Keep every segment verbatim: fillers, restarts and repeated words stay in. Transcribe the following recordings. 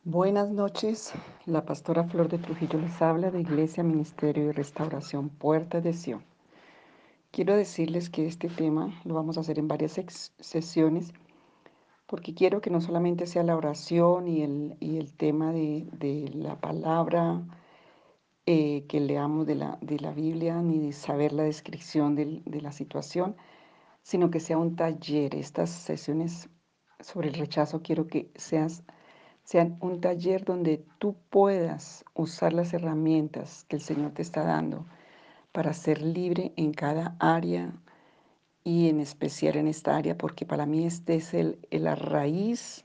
Buenas noches, la pastora Flor de Trujillo les habla de Iglesia, Ministerio y Restauración Puerta de Sion. Quiero decirles que este tema lo vamos a hacer en varias ex- sesiones porque quiero que no solamente sea la oración y el, y el tema de, de la palabra eh, que leamos de la, de la Biblia, ni de saber la descripción del- de la situación, sino que sea un taller. Estas sesiones sobre el rechazo quiero que seas, sean un taller donde tú puedas usar las herramientas que el Señor te está dando para ser libre en cada área y en especial en esta área, porque para mí este es el, el- la raíz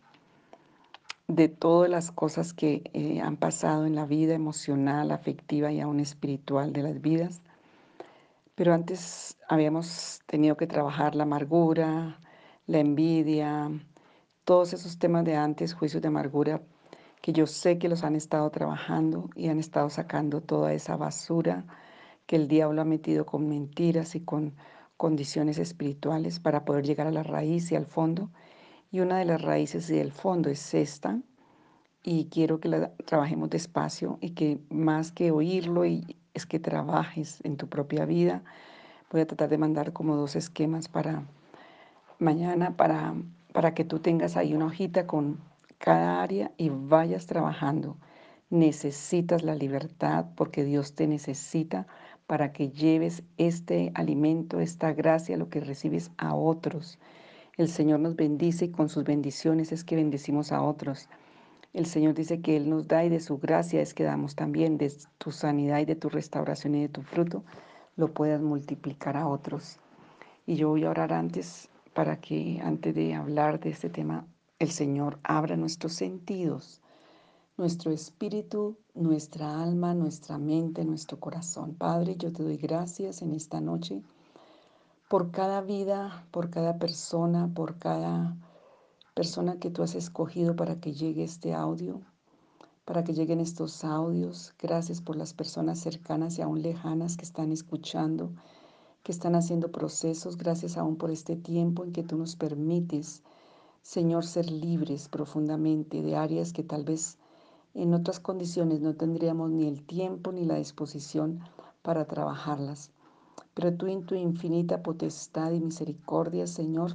de todas las cosas que eh, han pasado en la vida emocional, afectiva y aún espiritual de las vidas. Pero antes habíamos tenido que trabajar la amargura, la envidia, todos esos temas de antes, juicios de amargura, que yo sé que los han estado trabajando y han estado sacando toda esa basura que el diablo ha metido con mentiras y con condiciones espirituales para poder llegar a la raíz y al fondo. Y una de las raíces y el fondo es esta, y quiero que la trabajemos despacio y que más que oírlo y es que trabajes en tu propia vida. Voy a tratar de mandar como dos esquemas para mañana para, para que tú tengas ahí una hojita con cada área y vayas trabajando. Necesitas la libertad porque Dios te necesita para que lleves este alimento, esta gracia, lo que recibes a otros. El Señor nos bendice y con sus bendiciones es que bendecimos a otros. El Señor dice que Él nos da y de su gracia es que damos también, de tu sanidad y de tu restauración y de tu fruto, lo puedas multiplicar a otros. Y yo voy a orar antes para que antes de hablar de este tema, el Señor abra nuestros sentidos, nuestro espíritu, nuestra alma, nuestra mente, nuestro corazón. Padre, yo te doy gracias en esta noche por cada vida, por cada persona, por cada persona que tú has escogido para que llegue este audio, para que lleguen estos audios. Gracias por las personas cercanas y aún lejanas que están escuchando, que están haciendo procesos. Gracias aún por este tiempo en que tú nos permites, Señor, ser libres profundamente de áreas que tal vez en otras condiciones no tendríamos ni el tiempo ni la disposición para trabajarlas. Pero tú en tu infinita potestad y misericordia, Señor,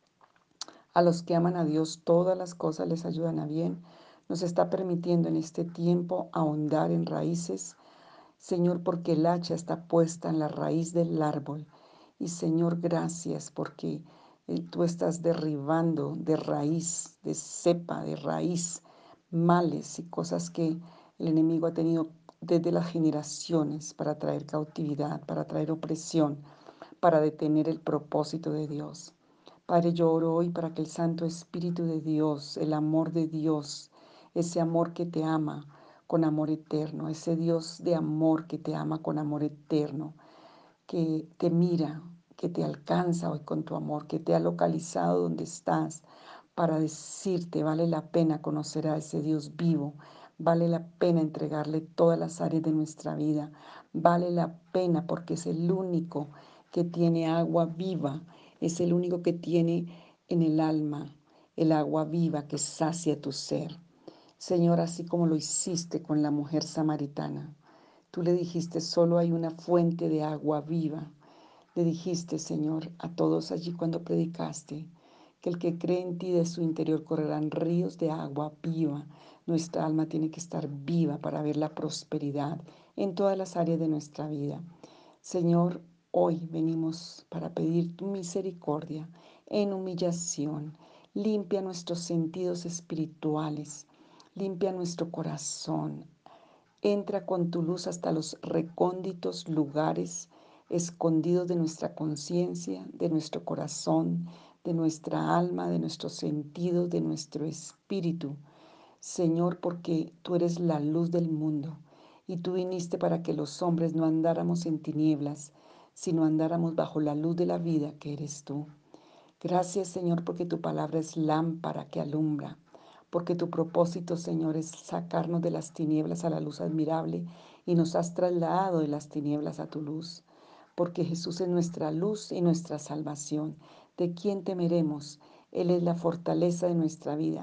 a los que aman a Dios todas las cosas les ayudan a bien. Nos está permitiendo en este tiempo ahondar en raíces, Señor, porque el hacha está puesta en la raíz del árbol. Y Señor, gracias porque eh, tú estás derribando de raíz, de cepa, de raíz, males y cosas que el enemigo ha tenido desde las generaciones para traer cautividad, para traer opresión, para detener el propósito de Dios. Padre, yo oro hoy para que el Santo Espíritu de Dios, el amor de Dios, ese amor que te ama con amor eterno, ese Dios de amor que te ama con amor eterno, que te mira, que te alcanza hoy con tu amor, que te ha localizado donde estás para decirte, vale la pena conocer a ese Dios vivo, vale la pena entregarle todas las áreas de nuestra vida, vale la pena porque es el único que tiene agua viva, es el único que tiene en el alma el agua viva que sacia tu ser. Señor, así como lo hiciste con la mujer samaritana, tú le dijiste, solo hay una fuente de agua viva. Le dijiste, Señor, a todos allí cuando predicaste, que el que cree en ti de su interior correrán ríos de agua viva. Nuestra alma tiene que estar viva para ver la prosperidad en todas las áreas de nuestra vida. Señor, hoy venimos para pedir tu misericordia en humillación. Limpia nuestros sentidos espirituales, limpia nuestro corazón. Entra con tu luz hasta los recónditos lugares escondidos de nuestra conciencia, de nuestro corazón, de nuestra alma, de nuestros sentidos, de nuestro espíritu. Señor, porque tú eres la luz del mundo y tú viniste para que los hombres no andáramos en tinieblas, sino andáramos bajo la luz de la vida que eres tú. Gracias, Señor, porque tu palabra es lámpara que alumbra, porque tu propósito, Señor, es sacarnos de las tinieblas a la luz admirable y nos has trasladado de las tinieblas a tu luz, porque Jesús es nuestra luz y nuestra salvación. ¿De quién temeremos? Él es la fortaleza de nuestra vida.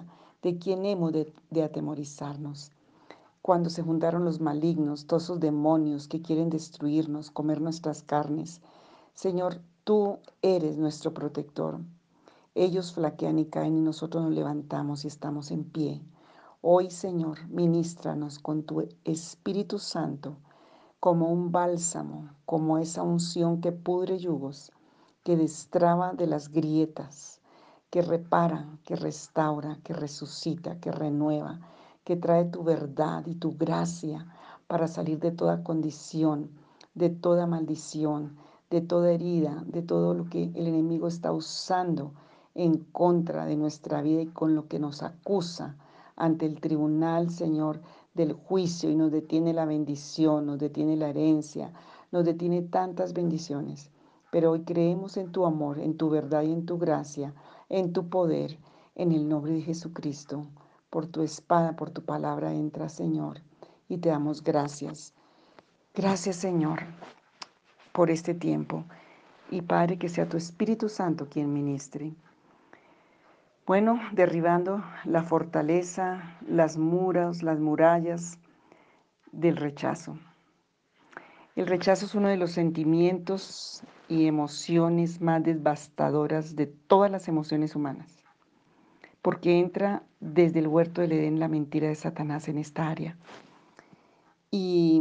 ¿De quién hemos de, de atemorizarnos? Cuando se juntaron los malignos, todos esos demonios que quieren destruirnos, comer nuestras carnes. Señor, tú eres nuestro protector. Ellos flaquean y caen y nosotros nos levantamos y estamos en pie. Hoy, Señor, ministranos con tu Espíritu Santo como un bálsamo, como esa unción que pudre yugos, que destraba de las grietas, que repara, que restaura, que resucita, que renueva, que trae tu verdad y tu gracia para salir de toda condición, de toda maldición, de toda herida, de todo lo que el enemigo está usando en contra de nuestra vida y con lo que nos acusa ante el tribunal, Señor, del juicio y nos detiene la bendición, nos detiene la herencia, nos detiene tantas bendiciones. Pero hoy creemos en tu amor, en tu verdad y en tu gracia, en tu poder, en el nombre de Jesucristo. Por tu espada, por tu palabra entra, Señor, y te damos gracias. Gracias, Señor, por este tiempo. Y Padre, que sea tu Espíritu Santo quien ministre. Bueno, derribando la fortaleza, las muras, las murallas del rechazo. El rechazo es uno de los sentimientos y emociones más devastadoras de todas las emociones humanas, porque entra desde el huerto del Edén la mentira de Satanás en esta área. Y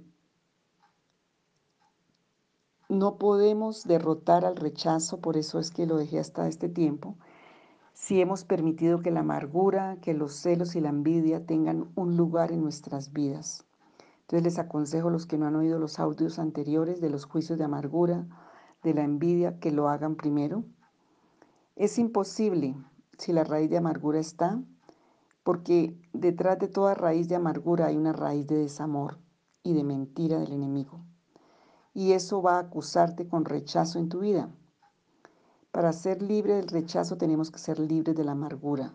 no podemos derrotar al rechazo, por eso es que lo dejé hasta este tiempo, si hemos permitido que la amargura, que los celos y la envidia tengan un lugar en nuestras vidas. Entonces les aconsejo a los que no han oído los audios anteriores de los juicios de amargura, de la envidia, que lo hagan primero. Es imposible si la raíz de amargura está, porque detrás de toda raíz de amargura hay una raíz de desamor y de mentira del enemigo. Y eso va a acusarte con rechazo en tu vida. Para ser libre del rechazo tenemos que ser libres de la amargura.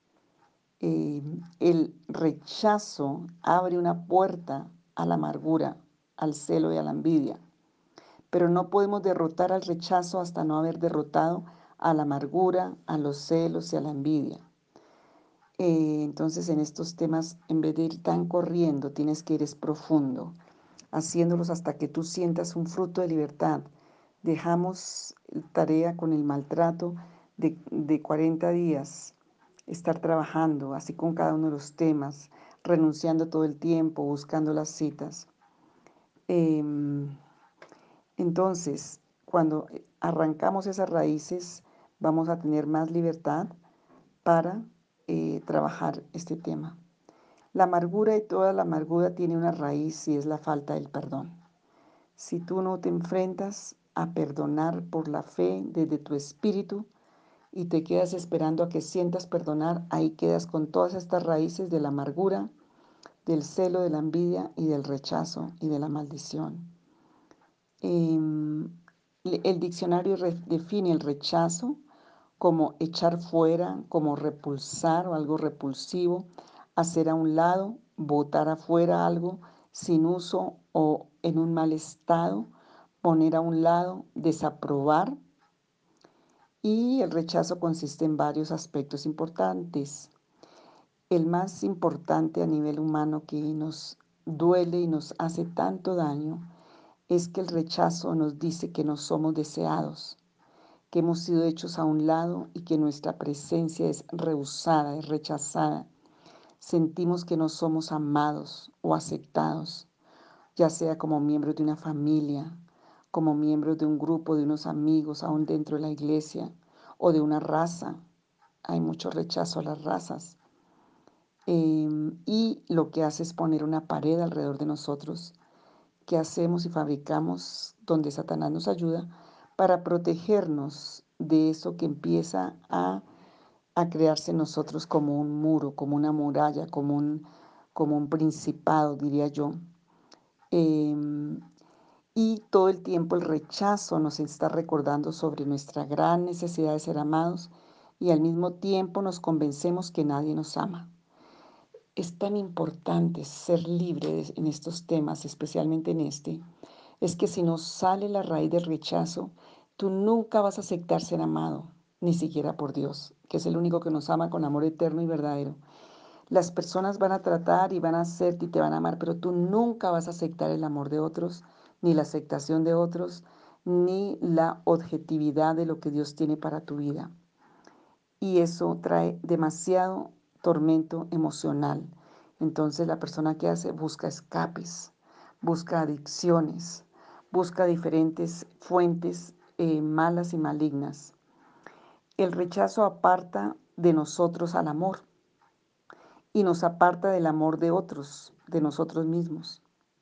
Eh, el rechazo abre una puerta a la amargura, al celo y a la envidia. Pero no podemos derrotar al rechazo hasta no haber derrotado a la amargura, a los celos y a la envidia. Eh, entonces en estos temas, en vez de ir tan corriendo, tienes que ir es profundo, haciéndolos hasta que tú sientas un fruto de libertad. Dejamos tarea con el maltrato de, de cuarenta días, estar trabajando así con cada uno de los temas, renunciando todo el tiempo, buscando las citas. Eh, entonces, cuando arrancamos esas raíces, vamos a tener más libertad para eh, trabajar este tema. La amargura y toda la amargura tiene una raíz y es la falta del perdón. Si tú no te enfrentas a perdonar por la fe desde tu espíritu y te quedas esperando a que sientas perdonar, ahí quedas con todas estas raíces de la amargura, del celo, de la envidia y del rechazo y de la maldición. Eh, el diccionario define el rechazo como echar fuera, como repulsar o algo repulsivo, hacer a un lado, botar afuera algo sin uso o en un mal estado, poner a un lado, desaprobar. Y el rechazo consiste en varios aspectos importantes. El más importante a nivel humano que nos duele y nos hace tanto daño es que el rechazo nos dice que no somos deseados, que hemos sido hechos a un lado y que nuestra presencia es rehusada, es rechazada. Sentimos que no somos amados o aceptados, ya sea como miembros de una familia, como miembros de un grupo, de unos amigos, aún dentro de la iglesia, o de una raza. Hay mucho rechazo a las razas. Eh, y lo que hace es poner una pared alrededor de nosotros que hacemos y fabricamos, donde Satanás nos ayuda, para protegernos de eso que empieza a, a crearse en nosotros como un muro, como una muralla, como un, como un principado, diría yo. Eh, y todo el tiempo el rechazo nos está recordando sobre nuestra gran necesidad de ser amados y al mismo tiempo nos convencemos que nadie nos ama. Es tan importante ser libre en estos temas, especialmente en este, es que si no sale la raíz del rechazo, tú nunca vas a aceptar ser amado, ni siquiera por Dios. que es el único que nos ama con amor eterno y verdadero. Las personas van a tratar y van a hacerte y te van a amar, pero tú nunca vas a aceptar el amor de otros, ni la aceptación de otros, ni la objetividad de lo que Dios tiene para tu vida. Y eso trae demasiado tormento emocional. Entonces la persona que hace busca escapes, busca adicciones, busca diferentes fuentes eh, malas y malignas. El rechazo aparta de nosotros al amor y nos aparta del amor de otros, de nosotros mismos.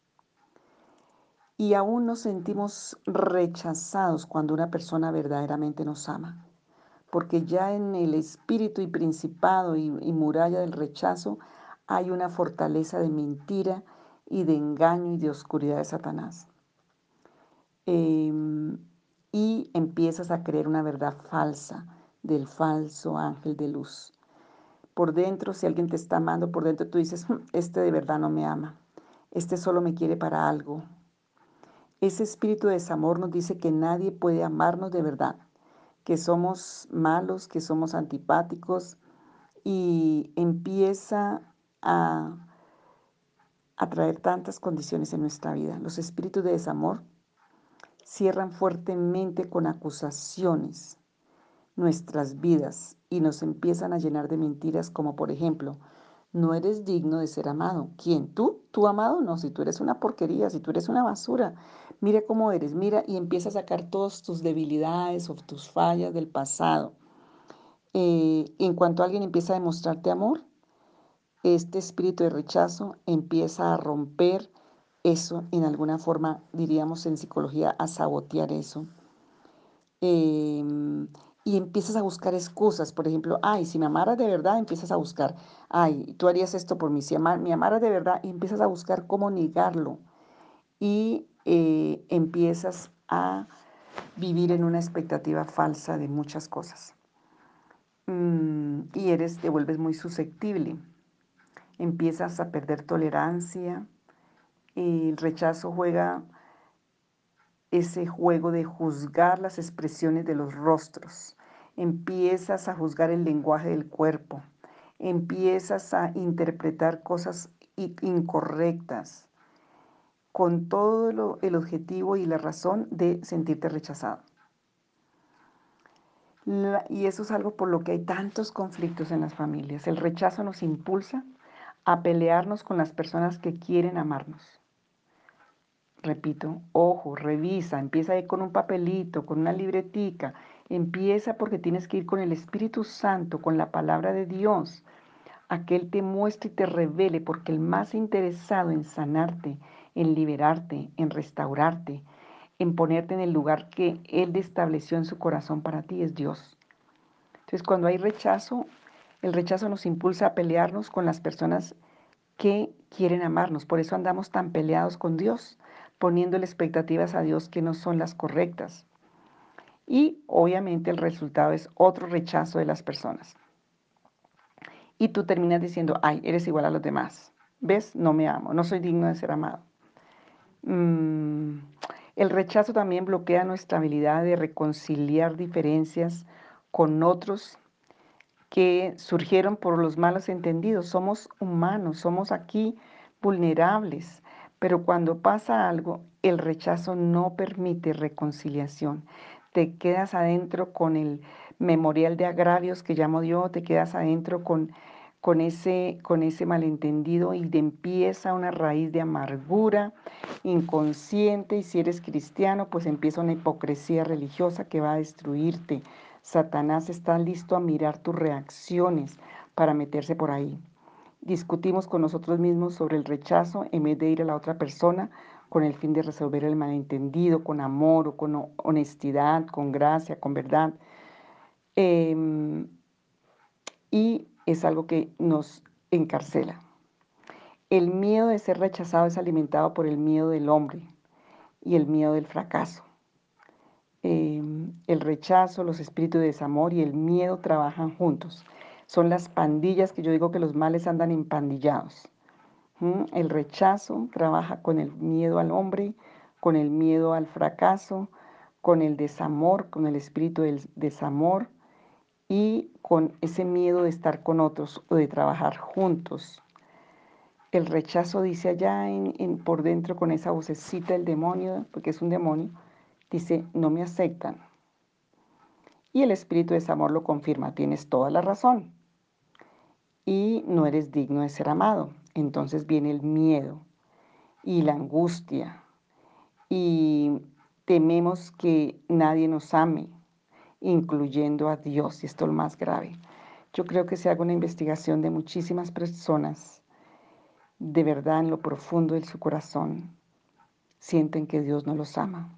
Y aún nos sentimos rechazados cuando una persona verdaderamente nos ama, porque ya en el espíritu y principado y, y muralla del rechazo hay una fortaleza de mentira y de engaño y de oscuridad de Satanás. Em, y empiezas a creer una verdad falsa del falso ángel de luz. Por dentro, si alguien te está amando, por dentro tú dices, "Mm, este de verdad no me ama, este solo me quiere para algo". Ese espíritu de desamor nos dice que nadie puede amarnos de verdad, que somos malos, que somos antipáticos y empieza a, a traer tantas condiciones en nuestra vida. Los espíritus de desamor cierran fuertemente con acusaciones nuestras vidas y nos empiezan a llenar de mentiras como por ejemplo, no eres digno de ser amado. ¿Quién? ¿Tú? ¿Tú amado? No, si tú eres una porquería, si tú eres una basura, mira cómo eres, mira y empieza a sacar todas tus debilidades o tus fallas del pasado. Eh, en cuanto alguien empieza a demostrarte amor, este espíritu de rechazo empieza a romper eso en alguna forma, diríamos en psicología, a sabotear eso. Em, y empiezas a buscar excusas, por ejemplo, ay, si me amaras de verdad, empiezas a buscar, ay, tú harías esto por mí, si ama- me amaras de verdad, y empiezas a buscar cómo negarlo y eh, empiezas a vivir en una expectativa falsa de muchas cosas. Mm, y eres, te vuelves muy susceptible, empiezas a perder tolerancia, el rechazo juega ese juego de juzgar las expresiones de los rostros. Empiezas a juzgar el lenguaje del cuerpo. Empiezas a interpretar cosas i- incorrectas con todo lo- el objetivo y la razón de sentirte rechazado. La- y eso es algo por lo que hay tantos conflictos en las familias. El rechazo nos impulsa a pelearnos con las personas que quieren amarnos. Repito, ojo, revisa, empieza ahí con un papelito, con una libretica, empieza porque tienes que ir con el Espíritu Santo, con la palabra de Dios, a que Él te muestre y te revele, porque el más interesado en sanarte, en liberarte, en restaurarte, en ponerte en el lugar que Él estableció en su corazón para ti es Dios. Entonces, cuando hay rechazo, el rechazo nos impulsa a pelearnos con las personas que quieren amarnos. Por eso andamos tan peleados con Dios, poniéndole expectativas a Dios que no son las correctas. Y obviamente el resultado es otro rechazo de las personas. Y tú terminas diciendo, ay, eres igual a los demás. ¿Ves? No me amo, no soy digno de ser amado. Mm, el rechazo también bloquea nuestra habilidad de reconciliar diferencias con otros que surgieron por los malos entendidos. Somos humanos, somos aquí vulnerables, pero cuando pasa algo, el rechazo no permite reconciliación. Te quedas adentro con el memorial de agravios que llamo yo, te quedas adentro con, con, ese, con ese malentendido y te empieza una raíz de amargura inconsciente y si eres cristiano, pues empieza una hipocresía religiosa que va a destruirte. Satanás está listo a mirar tus reacciones para meterse por ahí. Discutimos con nosotros mismos sobre el rechazo en vez de ir a la otra persona con el fin de resolver el malentendido, con amor o con honestidad, con gracia, con verdad. Eh, y es algo que nos encarcela. El miedo de ser rechazado es alimentado por el miedo del hombre y el miedo del fracaso. Eh, el rechazo, los espíritus de desamor y el miedo trabajan juntos. Son las pandillas que yo digo que los males andan empandillados. ¿Mm? El rechazo trabaja con el miedo al hombre, con el miedo al fracaso, con el desamor, con el espíritu del desamor y con ese miedo de estar con otros o de trabajar juntos. El rechazo dice allá en, en- por dentro con esa vocecita del demonio, porque es un demonio, dice, no me aceptan. Y el espíritu de desamor lo confirma, tienes toda la razón y no eres digno de ser amado. Entonces viene el miedo y la angustia y tememos que nadie nos ame, incluyendo a Dios, y esto es lo más grave. Yo creo que se haga una investigación de muchísimas personas, de verdad en lo profundo de su corazón, sienten que Dios no los ama.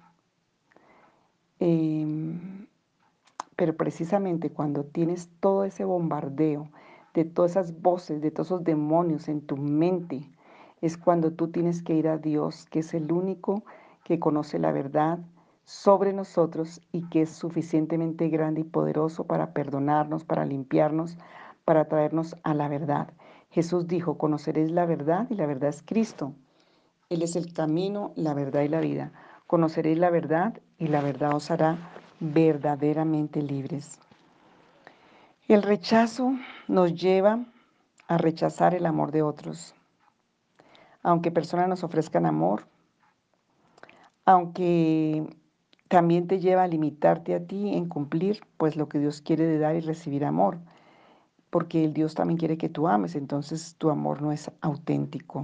Eh, pero precisamente cuando tienes todo ese bombardeo de todas esas voces, de todos esos demonios en tu mente, es cuando tú tienes que ir a Dios, que es el único que conoce la verdad sobre nosotros y que es suficientemente grande y poderoso para perdonarnos, para limpiarnos, para traernos a la verdad. Jesús dijo, conoceréis la verdad y la verdad es Cristo. Él es el camino, la verdad y la vida. Conoceréis la verdad y la verdad os hará verdaderamente libres. El rechazo nos lleva a rechazar el amor de otros. Aunque personas nos ofrezcan amor, aunque también te lleva a limitarte a ti en cumplir pues lo que Dios quiere de dar y recibir amor, porque el Dios también quiere que tú ames, entonces tu amor no es auténtico.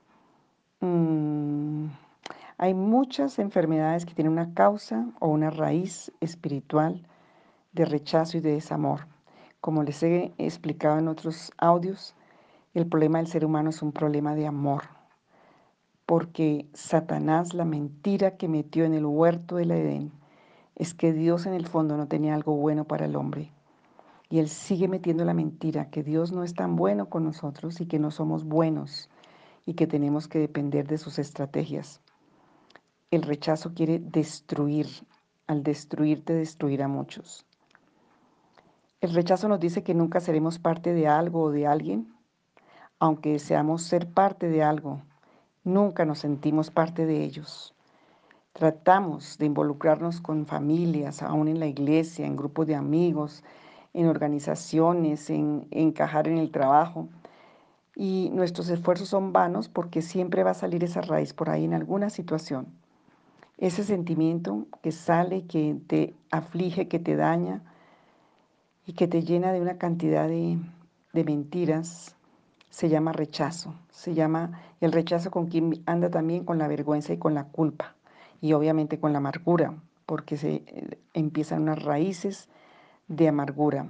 Mm, Hay muchas enfermedades que tienen una causa o una raíz espiritual de rechazo y de desamor. Como les he explicado en otros audios, el problema del ser humano es un problema de amor, porque Satanás, la mentira que metió en el huerto del Edén, es que Dios en el fondo no tenía algo bueno para el hombre. Y él sigue metiendo la mentira, que Dios no es tan bueno con nosotros y que no somos buenos y que tenemos que depender de sus estrategias. El rechazo quiere destruir. Al destruirte, destruir a muchos. El rechazo nos dice que nunca seremos parte de algo o de alguien, aunque deseamos ser parte de algo. Nunca nos sentimos parte de ellos. Tratamos de involucrarnos con familias, aún en la iglesia, en grupos de amigos, en organizaciones, en, en encajar en el trabajo. Y nuestros esfuerzos son vanos porque siempre va a salir esa raíz por ahí en alguna situación. Ese sentimiento que sale, que te aflige, que te daña y que te llena de una cantidad de, de mentiras, se llama rechazo. Se llama el rechazo con quien anda también con la vergüenza y con la culpa. Y obviamente con la amargura, porque se eh, empiezan unas raíces de amargura.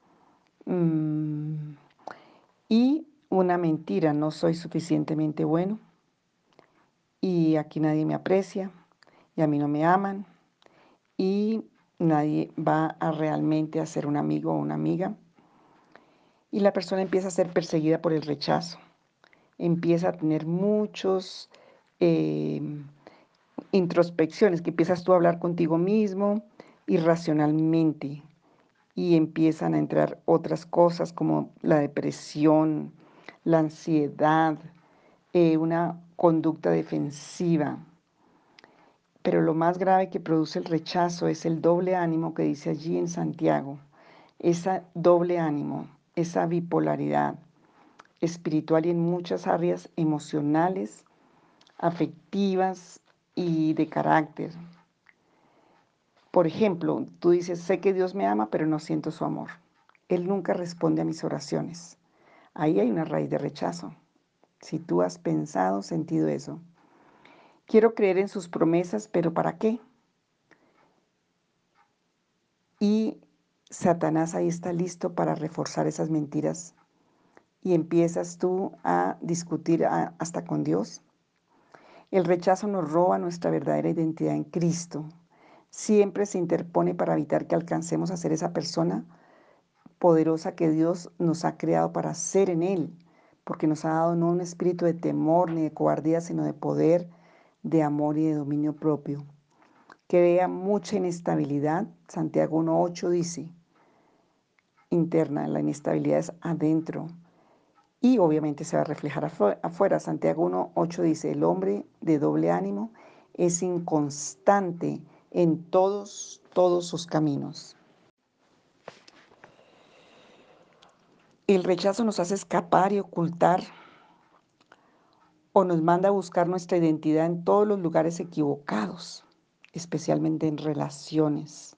Mm, y una mentira, no soy suficientemente bueno y aquí nadie me aprecia y a mí no me aman y nadie va a realmente a ser un amigo o una amiga. Y la persona empieza a ser perseguida por el rechazo, empieza a tener muchos eh, introspecciones, que empiezas tú a hablar contigo mismo irracionalmente y empiezan a entrar otras cosas como la depresión, la ansiedad, eh, una conducta defensiva. Pero lo más grave que produce el rechazo es el doble ánimo que dice allí en Santiago. Esa doble ánimo, esa bipolaridad espiritual y en muchas áreas emocionales, afectivas y de carácter. Por ejemplo, tú dices, sé que Dios me ama, pero no siento su amor. Él nunca responde a mis oraciones. Ahí hay una raíz de rechazo. Si tú has pensado, sentido eso. Quiero creer en sus promesas, pero ¿para qué? Y Satanás ahí está listo para reforzar esas mentiras. Y empiezas tú a discutir a, hasta con Dios. El rechazo nos roba nuestra verdadera identidad en Cristo. Siempre se interpone para evitar que alcancemos a ser esa persona poderosa que Dios nos ha creado para ser en Él, porque nos ha dado no un espíritu de temor ni de cobardía, sino de poder, de amor y de dominio propio. Crea mucha inestabilidad. Santiago uno ocho dice, interna, la inestabilidad es adentro y obviamente se va a reflejar afuera. Santiago uno ocho dice, el hombre de doble ánimo es inconstante en todos, todos sus caminos. El rechazo nos hace escapar y ocultar o nos manda a buscar nuestra identidad en todos los lugares equivocados, especialmente en relaciones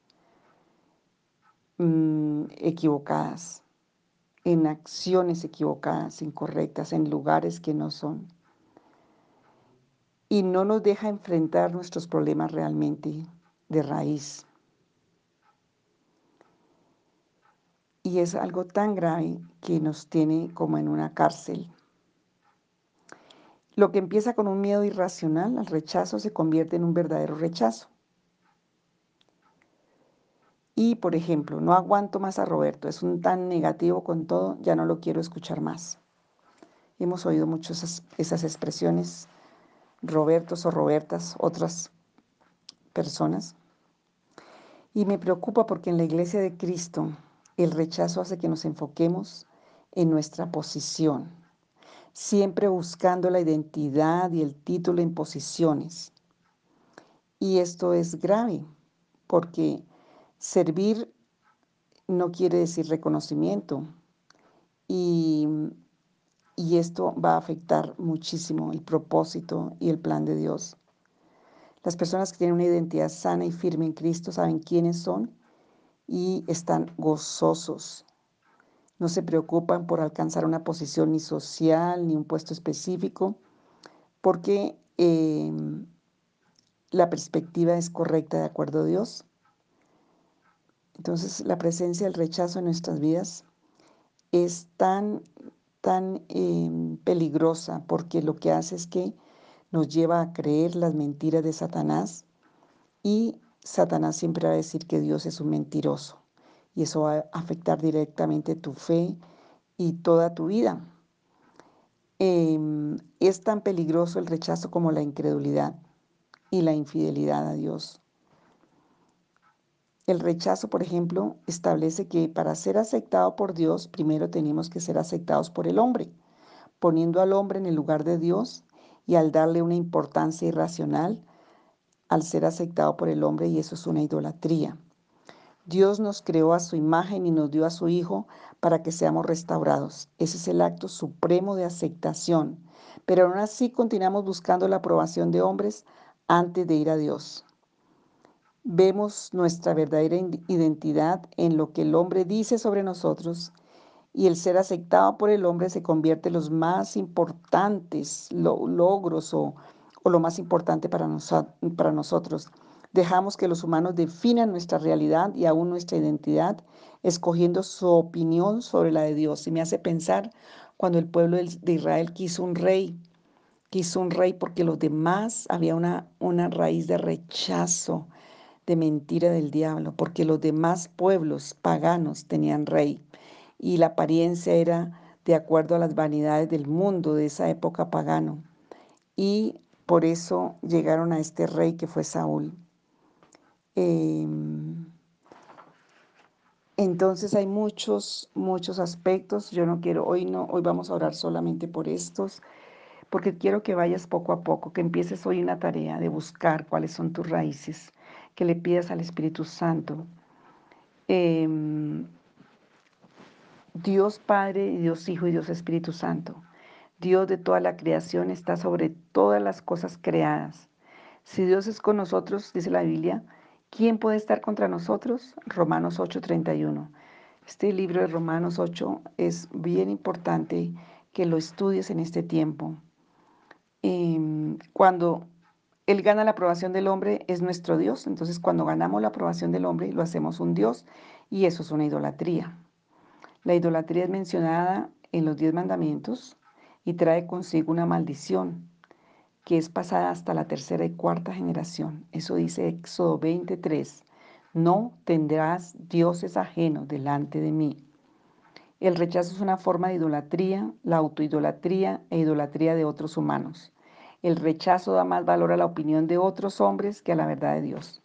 mm, equivocadas, en acciones equivocadas, incorrectas, en lugares que no son. Y no nos deja enfrentar nuestros problemas realmente de raíz. Y es algo tan grave que nos tiene como en una cárcel. Lo que empieza con un miedo irracional al rechazo se convierte en un verdadero rechazo. Y, por ejemplo, no aguanto más a Roberto, es un tan negativo con todo, ya no lo quiero escuchar más. Hemos oído mucho esas, esas expresiones, Robertos o Robertas, otras personas. Y me preocupa porque en la iglesia de Cristo el rechazo hace que nos enfoquemos en nuestra posición, siempre buscando la identidad y el título en posiciones. Y esto es grave porque servir no quiere decir reconocimiento y, y esto va a afectar muchísimo el propósito y el plan de Dios. Las personas que tienen una identidad sana y firme en Cristo saben quiénes son y están gozosos. No se preocupan por alcanzar una posición ni social ni un puesto específico porque eh, la perspectiva es correcta de acuerdo a Dios. Entonces, la presencia del rechazo en nuestras vidas es tan, tan eh, peligrosa porque lo que hace es que nos lleva a creer las mentiras de Satanás y Satanás siempre va a decir que Dios es un mentiroso y eso va a afectar directamente tu fe y toda tu vida. Eh, es tan peligroso el rechazo como la incredulidad y la infidelidad a Dios. El rechazo, por ejemplo, establece que para ser aceptado por Dios, primero tenemos que ser aceptados por el hombre, poniendo al hombre en el lugar de Dios y al darle una importancia irracional al ser aceptado por el hombre, y eso es una idolatría. Dios nos creó a su imagen y nos dio a su Hijo para que seamos restaurados. Ese es el acto supremo de aceptación. Pero aún así continuamos buscando la aprobación de hombres antes de ir a Dios. Vemos nuestra verdadera identidad en lo que el hombre dice sobre nosotros y el ser aceptado por el hombre se convierte en los más importantes lo- logros o, o lo más importante para, noso- para nosotros. Dejamos que los humanos definan nuestra realidad y aún nuestra identidad, escogiendo su opinión sobre la de Dios. Y me hace pensar cuando el pueblo del- de Israel quiso un rey, quiso un rey porque los demás había una, una raíz de rechazo, de mentira del diablo, porque los demás pueblos paganos tenían rey y la apariencia era de acuerdo a las vanidades del mundo de esa época pagano. Y por eso llegaron a este rey que fue Saúl. Em, entonces hay muchos, muchos aspectos. Yo no quiero, hoy no, hoy vamos a orar solamente por estos, porque quiero que vayas poco a poco, que empieces hoy una tarea de buscar cuáles son tus raíces, que le pidas al Espíritu Santo. em, Dios Padre y Dios Hijo y Dios Espíritu Santo. Dios de toda la creación está sobre todas las cosas creadas. Si Dios es con nosotros, dice la Biblia, ¿quién puede estar contra nosotros? Romanos ocho treinta y uno. Este libro de Romanos ocho es bien importante que lo estudies en este tiempo. Em, cuando Él gana la aprobación del hombre, es nuestro Dios. Entonces, cuando ganamos la aprobación del hombre, lo hacemos un Dios y eso es una idolatría. La idolatría es mencionada en los diez mandamientos y trae consigo una maldición que es pasada hasta la tercera y cuarta generación. Eso dice Éxodo veintitrés. No tendrás dioses ajenos delante de mí. El rechazo es una forma de idolatría, la autoidolatría e idolatría de otros humanos. El rechazo da más valor a la opinión de otros hombres que a la verdad de Dios.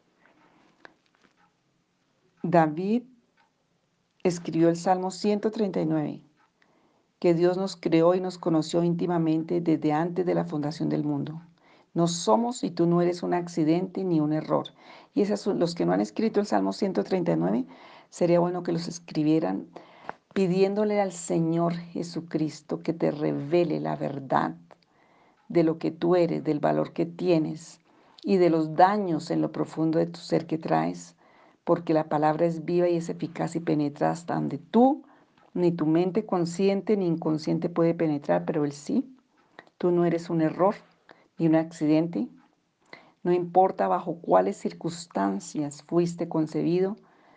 David escribió el Salmo ciento treinta y nueve, que Dios nos creó y nos conoció íntimamente desde antes de la fundación del mundo. No somos y tú no eres un accidente ni un error. Y esos son los que no han escrito el Salmo ciento treinta y nueve, sería bueno que los escribieran pidiéndole al Señor Jesucristo que te revele la verdad de lo que tú eres, del valor que tienes y de los daños en lo profundo de tu ser que traes, porque la palabra es viva y es eficaz y penetra hasta donde tú, ni tu mente consciente ni inconsciente puede penetrar, pero Él sí. Tú no eres un error ni un accidente. No importa bajo cuáles circunstancias fuiste concebido,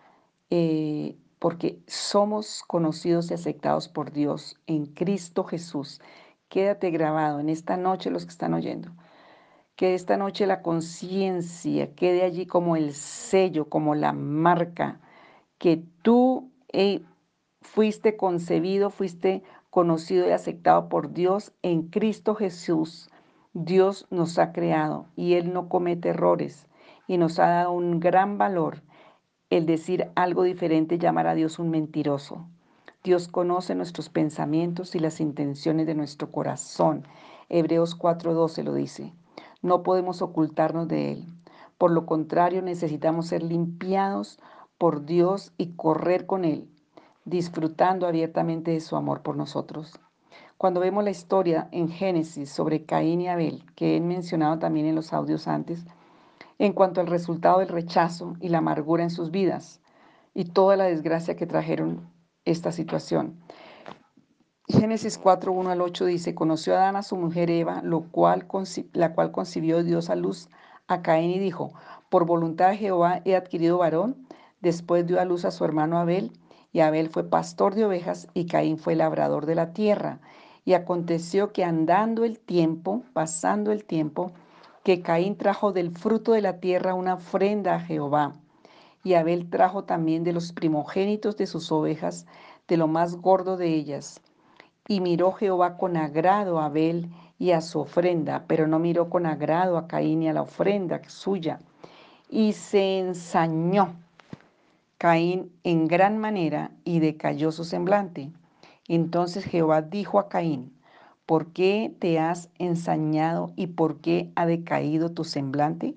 eh, porque somos conocidos y aceptados por Dios en Cristo Jesús. Quédate grabado en esta noche los que están oyendo. Que esta noche la conciencia quede allí como el sello, como la marca, que tú eh, fuiste concebido, fuiste conocido y aceptado por Dios en Cristo Jesús. Dios nos ha creado y Él no comete errores y nos ha dado un gran valor. El decir algo diferente, llamar a Dios un mentiroso. Dios conoce nuestros pensamientos y las intenciones de nuestro corazón. Hebreos cuatro doce lo dice. No podemos ocultarnos de Él. Por lo contrario, necesitamos ser limpiados por Dios y correr con Él, disfrutando abiertamente de su amor por nosotros. Cuando vemos la historia en Génesis sobre Caín y Abel, que he mencionado también en los audios antes, en cuanto al resultado del rechazo y la amargura en sus vidas y toda la desgracia que trajeron esta situación. Génesis cuatro, uno al ocho dice, conoció Adán a su mujer Eva, lo cual, la cual concibió Dios a luz a Caín y dijo, por voluntad de Jehová he adquirido varón. Después dio a luz a su hermano Abel, y Abel fue pastor de ovejas y Caín fue labrador de la tierra. Y aconteció que andando el tiempo, pasando el tiempo, que Caín trajo del fruto de la tierra una ofrenda a Jehová. Y Abel trajo también de los primogénitos de sus ovejas, de lo más gordo de ellas. Y miró Jehová con agrado a Abel y a su ofrenda, pero no miró con agrado a Caín y a la ofrenda suya. Y se ensañó Caín en gran manera y decayó su semblante. Entonces Jehová dijo a Caín, ¿por qué te has ensañado y por qué ha decaído tu semblante?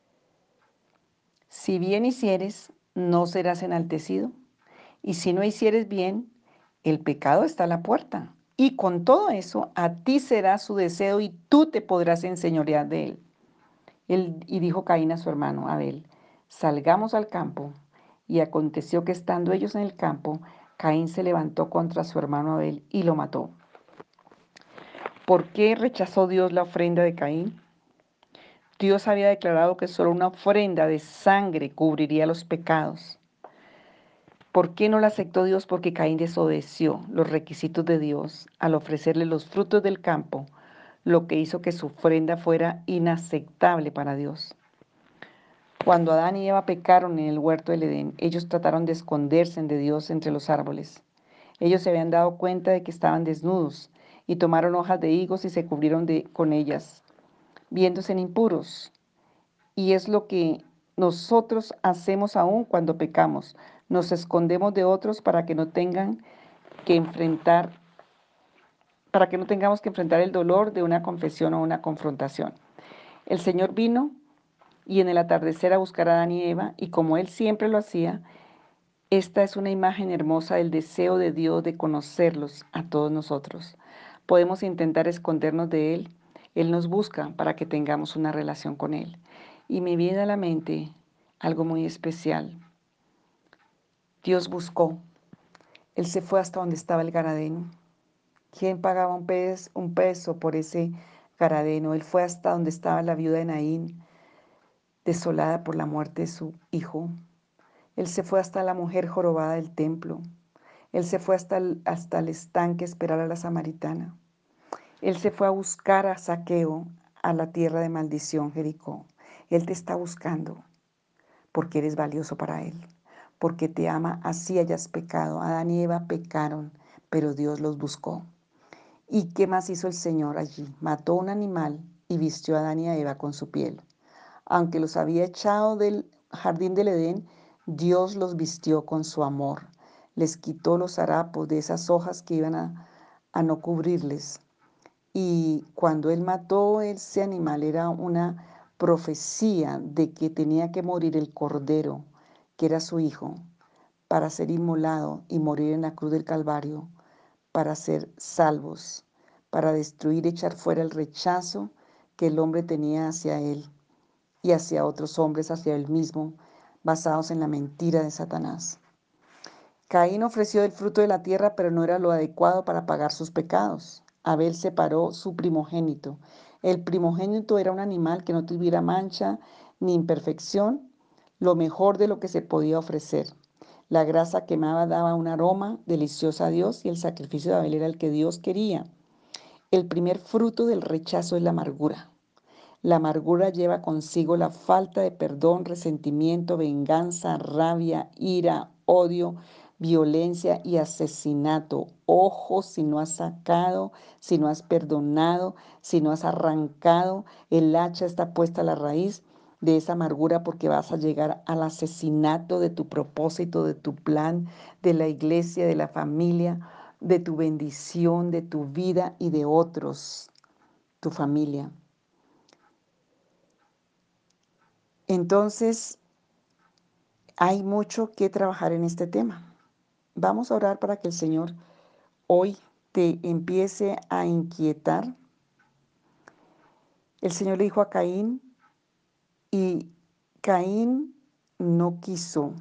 Si bien hicieres, no serás enaltecido. Y si no hicieres bien, el pecado está a la puerta. Y con todo eso, a ti será su deseo y tú te podrás enseñorear de él. él. Y dijo Caín a su hermano Abel, salgamos al campo. Y aconteció que estando ellos en el campo, Caín se levantó contra su hermano Abel y lo mató. ¿Por qué rechazó Dios la ofrenda de Caín? Dios había declarado que solo una ofrenda de sangre cubriría los pecados. ¿Por qué no la aceptó Dios? Porque Caín desobedeció los requisitos de Dios al ofrecerle los frutos del campo, lo que hizo que su ofrenda fuera inaceptable para Dios. Cuando Adán y Eva pecaron en el huerto del Edén, ellos trataron de esconderse de Dios entre los árboles. Ellos se habían dado cuenta de que estaban desnudos y tomaron hojas de higos y se cubrieron de, con ellas, viéndose impuros. Y es lo que nosotros hacemos aún cuando pecamos. Nos escondemos de otros para que no tengan que enfrentar, para que no tengamos que enfrentar el dolor de una confesión o una confrontación. El Señor vino y en el atardecer a buscar a Adán y Eva, y como Él siempre lo hacía, esta es una imagen hermosa del deseo de Dios de conocerlos a todos nosotros. Podemos intentar escondernos de Él. Él nos busca para que tengamos una relación con Él. Y me viene a la mente algo muy especial. Dios buscó. Él se fue hasta donde estaba el Garadeno. ¿Quién pagaba un, pez, un peso por ese Garadeno? Él fue hasta donde estaba la viuda de Naín, desolada por la muerte de su hijo. Él se fue hasta la mujer jorobada del templo. Él se fue hasta el, hasta el estanque a esperar a la samaritana. Él se fue a buscar a Zaqueo a la tierra de maldición, Jericó. Él te está buscando porque eres valioso para Él, porque te ama así hayas pecado. Adán y Eva pecaron, pero Dios los buscó. ¿Y qué más hizo el Señor allí? Mató un animal y vistió a Adán y a Eva con su piel. Aunque los había echado del jardín del Edén, Dios los vistió con su amor. Les quitó los harapos de esas hojas que iban a, a no cubrirles. Y cuando Él mató ese animal era una profecía de que tenía que morir el cordero, que era su hijo, para ser inmolado y morir en la cruz del Calvario, para ser salvos, para destruir y echar fuera el rechazo que el hombre tenía hacia él y hacia otros hombres, hacia él mismo, basados en la mentira de Satanás. Caín ofreció el fruto de la tierra, pero no era lo adecuado para pagar sus pecados. Abel separó su primogénito. El primogénito era un animal que no tuviera mancha ni imperfección, lo mejor de lo que se podía ofrecer. La grasa quemada daba un aroma delicioso a Dios y el sacrificio de Abel era el que Dios quería. El primer fruto del rechazo es la amargura. La amargura lleva consigo la falta de perdón, resentimiento, venganza, rabia, ira, odio, violencia y asesinato. Ojo, si no has sacado, si no has perdonado, si no has arrancado, el hacha está puesta a la raíz de esa amargura porque vas a llegar al asesinato de tu propósito, de tu plan, de la iglesia, de la familia, de tu bendición, de tu vida y de otros, tu familia. Entonces, hay mucho que trabajar en este tema. Vamos a orar para que el Señor hoy te empiece a inquietar. El Señor le dijo a Caín y Caín no quiso.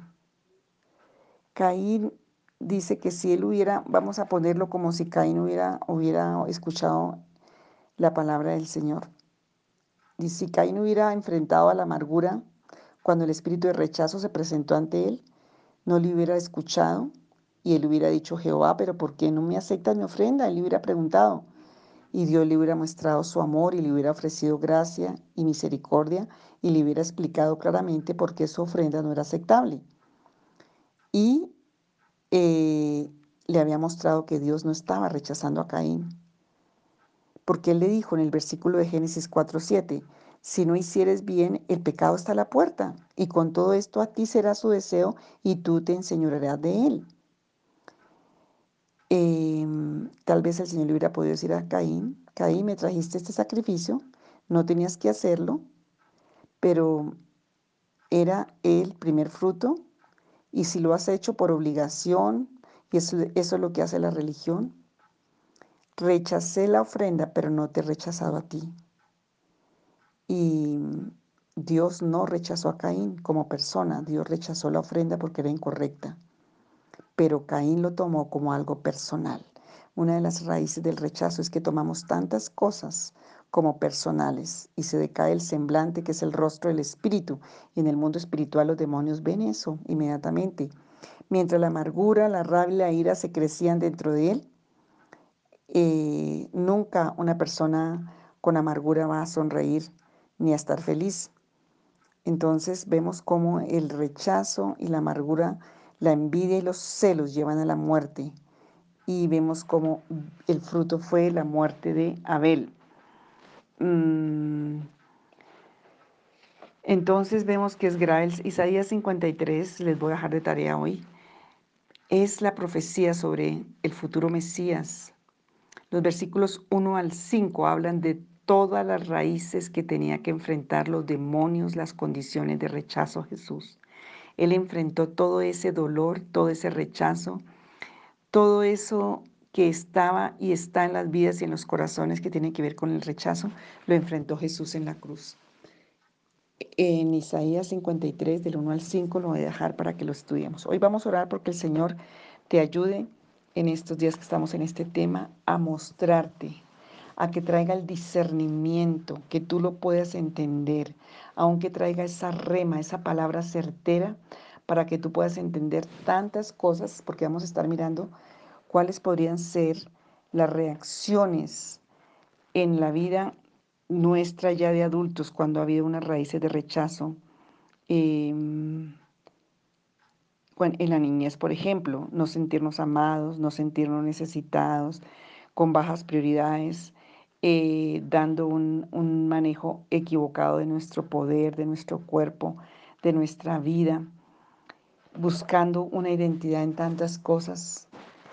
Caín dice que si él hubiera, vamos a ponerlo como si Caín hubiera, hubiera escuchado la palabra del Señor. Y si Caín hubiera enfrentado a la amargura cuando el espíritu de rechazo se presentó ante él, no le hubiera escuchado y él hubiera dicho, Jehová, pero ¿por qué no me aceptas mi ofrenda? Él le hubiera preguntado y Dios le hubiera mostrado su amor y le hubiera ofrecido gracia y misericordia y le hubiera explicado claramente por qué su ofrenda no era aceptable. Y eh, le había mostrado que Dios no estaba rechazando a Caín, porque él le dijo en el versículo de Génesis cuatro siete, si no hicieres bien, el pecado está a la puerta, y con todo esto a ti será su deseo, y tú te enseñorearás de él. Eh, tal vez el Señor le hubiera podido decir a Caín, Caín, me trajiste este sacrificio, no tenías que hacerlo, pero era el primer fruto, y si lo has hecho por obligación, y eso, eso es lo que hace la religión, rechacé la ofrenda, pero no te he rechazado a ti. Y Dios no rechazó a Caín como persona, Dios rechazó la ofrenda porque era incorrecta, pero Caín lo tomó como algo personal. Una de las raíces del rechazo es que tomamos tantas cosas como personales y se decae el semblante que es el rostro del espíritu. Y en el mundo espiritual los demonios ven eso inmediatamente. Mientras la amargura, la rabia y la ira se crecían dentro de él, eh, nunca una persona con amargura va a sonreír ni a estar feliz. Entonces vemos cómo el rechazo y la amargura, la envidia y los celos llevan a la muerte. Y vemos cómo el fruto fue la muerte de Abel. Mm, Entonces vemos que es grave. Isaías cincuenta y tres, les voy a dejar de tarea hoy, es la profecía sobre el futuro Mesías. Los versículos uno al cinco hablan de todas las raíces que tenía que enfrentar los demonios, las condiciones de rechazo a Jesús. Él enfrentó todo ese dolor, todo ese rechazo, todo eso que estaba y está en las vidas y en los corazones que tiene que ver con el rechazo, lo enfrentó Jesús en la cruz. En Isaías cincuenta y tres, del uno al cinco, lo voy a dejar para que lo estudiemos. Hoy vamos a orar porque el Señor te ayude en estos días que estamos en este tema a mostrarte, a que traiga el discernimiento, que tú lo puedas entender, aunque traiga esa rema, esa palabra certera, para que tú puedas entender tantas cosas, porque vamos a estar mirando cuáles podrían ser las reacciones en la vida nuestra ya de adultos cuando ha habido unas raíces de rechazo. Eh, en la niñez, por ejemplo, no sentirnos amados, no sentirnos necesitados, con bajas prioridades, eh, dando un, un manejo equivocado de nuestro poder, de nuestro cuerpo, de nuestra vida, buscando una identidad en tantas cosas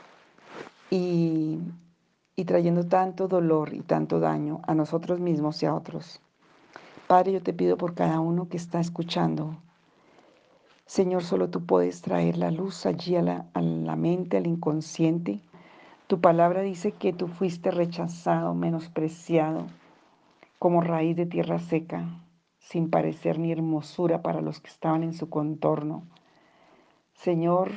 y, y trayendo tanto dolor y tanto daño a nosotros mismos y a otros. Padre, yo te pido por cada uno que está escuchando. Señor, solo tú puedes traer la luz allí a la, a la mente, al inconsciente. Tu palabra dice que tú fuiste rechazado, menospreciado, como raíz de tierra seca, sin parecer ni hermosura para los que estaban en su contorno. Señor,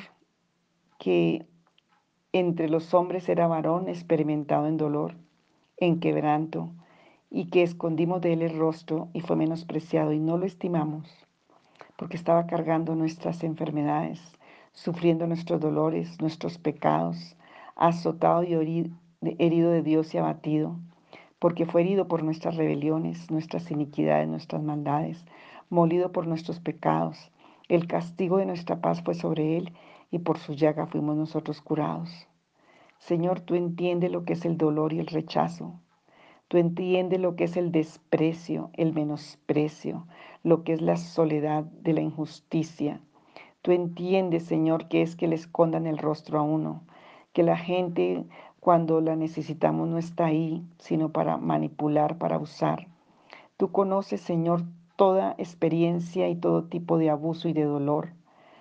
que entre los hombres era varón experimentado en dolor, en quebranto, y que escondimos de él el rostro y fue menospreciado y no lo estimamos, porque estaba cargando nuestras enfermedades, sufriendo nuestros dolores, nuestros pecados, azotado y herido de Dios y abatido, porque fue herido por nuestras rebeliones, nuestras iniquidades, nuestras maldades, molido por nuestros pecados. El castigo de nuestra paz fue sobre él y por su llaga fuimos nosotros curados. Señor, tú entiendes lo que es el dolor y el rechazo. Tú entiendes lo que es el desprecio, el menosprecio, lo que es la soledad de la injusticia. Tú entiendes, Señor, que es que le escondan el rostro a uno, que la gente cuando la necesitamos no está ahí, sino para manipular, para usar. Tú conoces, Señor, toda experiencia y todo tipo de abuso y de dolor.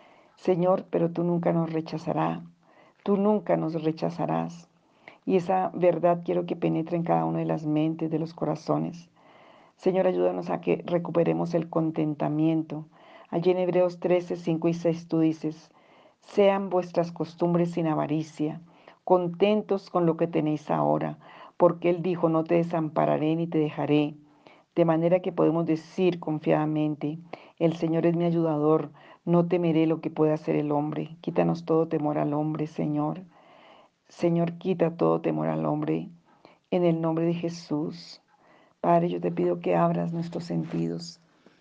Señor, pero tú nunca nos rechazarás, tú nunca nos rechazarás. Y esa verdad quiero que penetre en cada una de las mentes, de los corazones. Señor, ayúdanos a que recuperemos el contentamiento. Allí en Hebreos trece, cinco y seis tú dices, sean vuestras costumbres sin avaricia, contentos con lo que tenéis ahora, porque Él dijo, no te desampararé ni te dejaré. De manera que podemos decir confiadamente, el Señor es mi ayudador, no temeré lo que pueda hacer el hombre. Quítanos todo temor al hombre, Señor. Señor, quita todo temor al hombre, en el nombre de Jesús. Padre, yo te pido que abras nuestros sentidos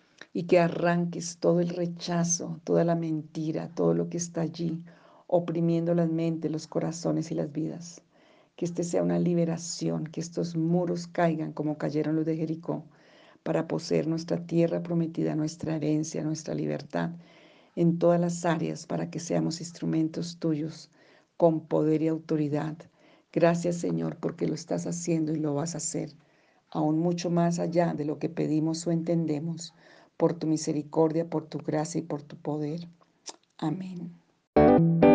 y que arranques todo el rechazo, toda la mentira, todo lo que está allí, oprimiendo las mentes, los corazones y las vidas. Que este sea una liberación, que estos muros caigan como cayeron los de Jericó, para poseer nuestra tierra prometida, nuestra herencia, nuestra libertad, en todas las áreas, para que seamos instrumentos tuyos, con poder y autoridad. Gracias, Señor, porque lo estás haciendo y lo vas a hacer, aún mucho más allá de lo que pedimos o entendemos, por tu misericordia, por tu gracia y por tu poder. Amén.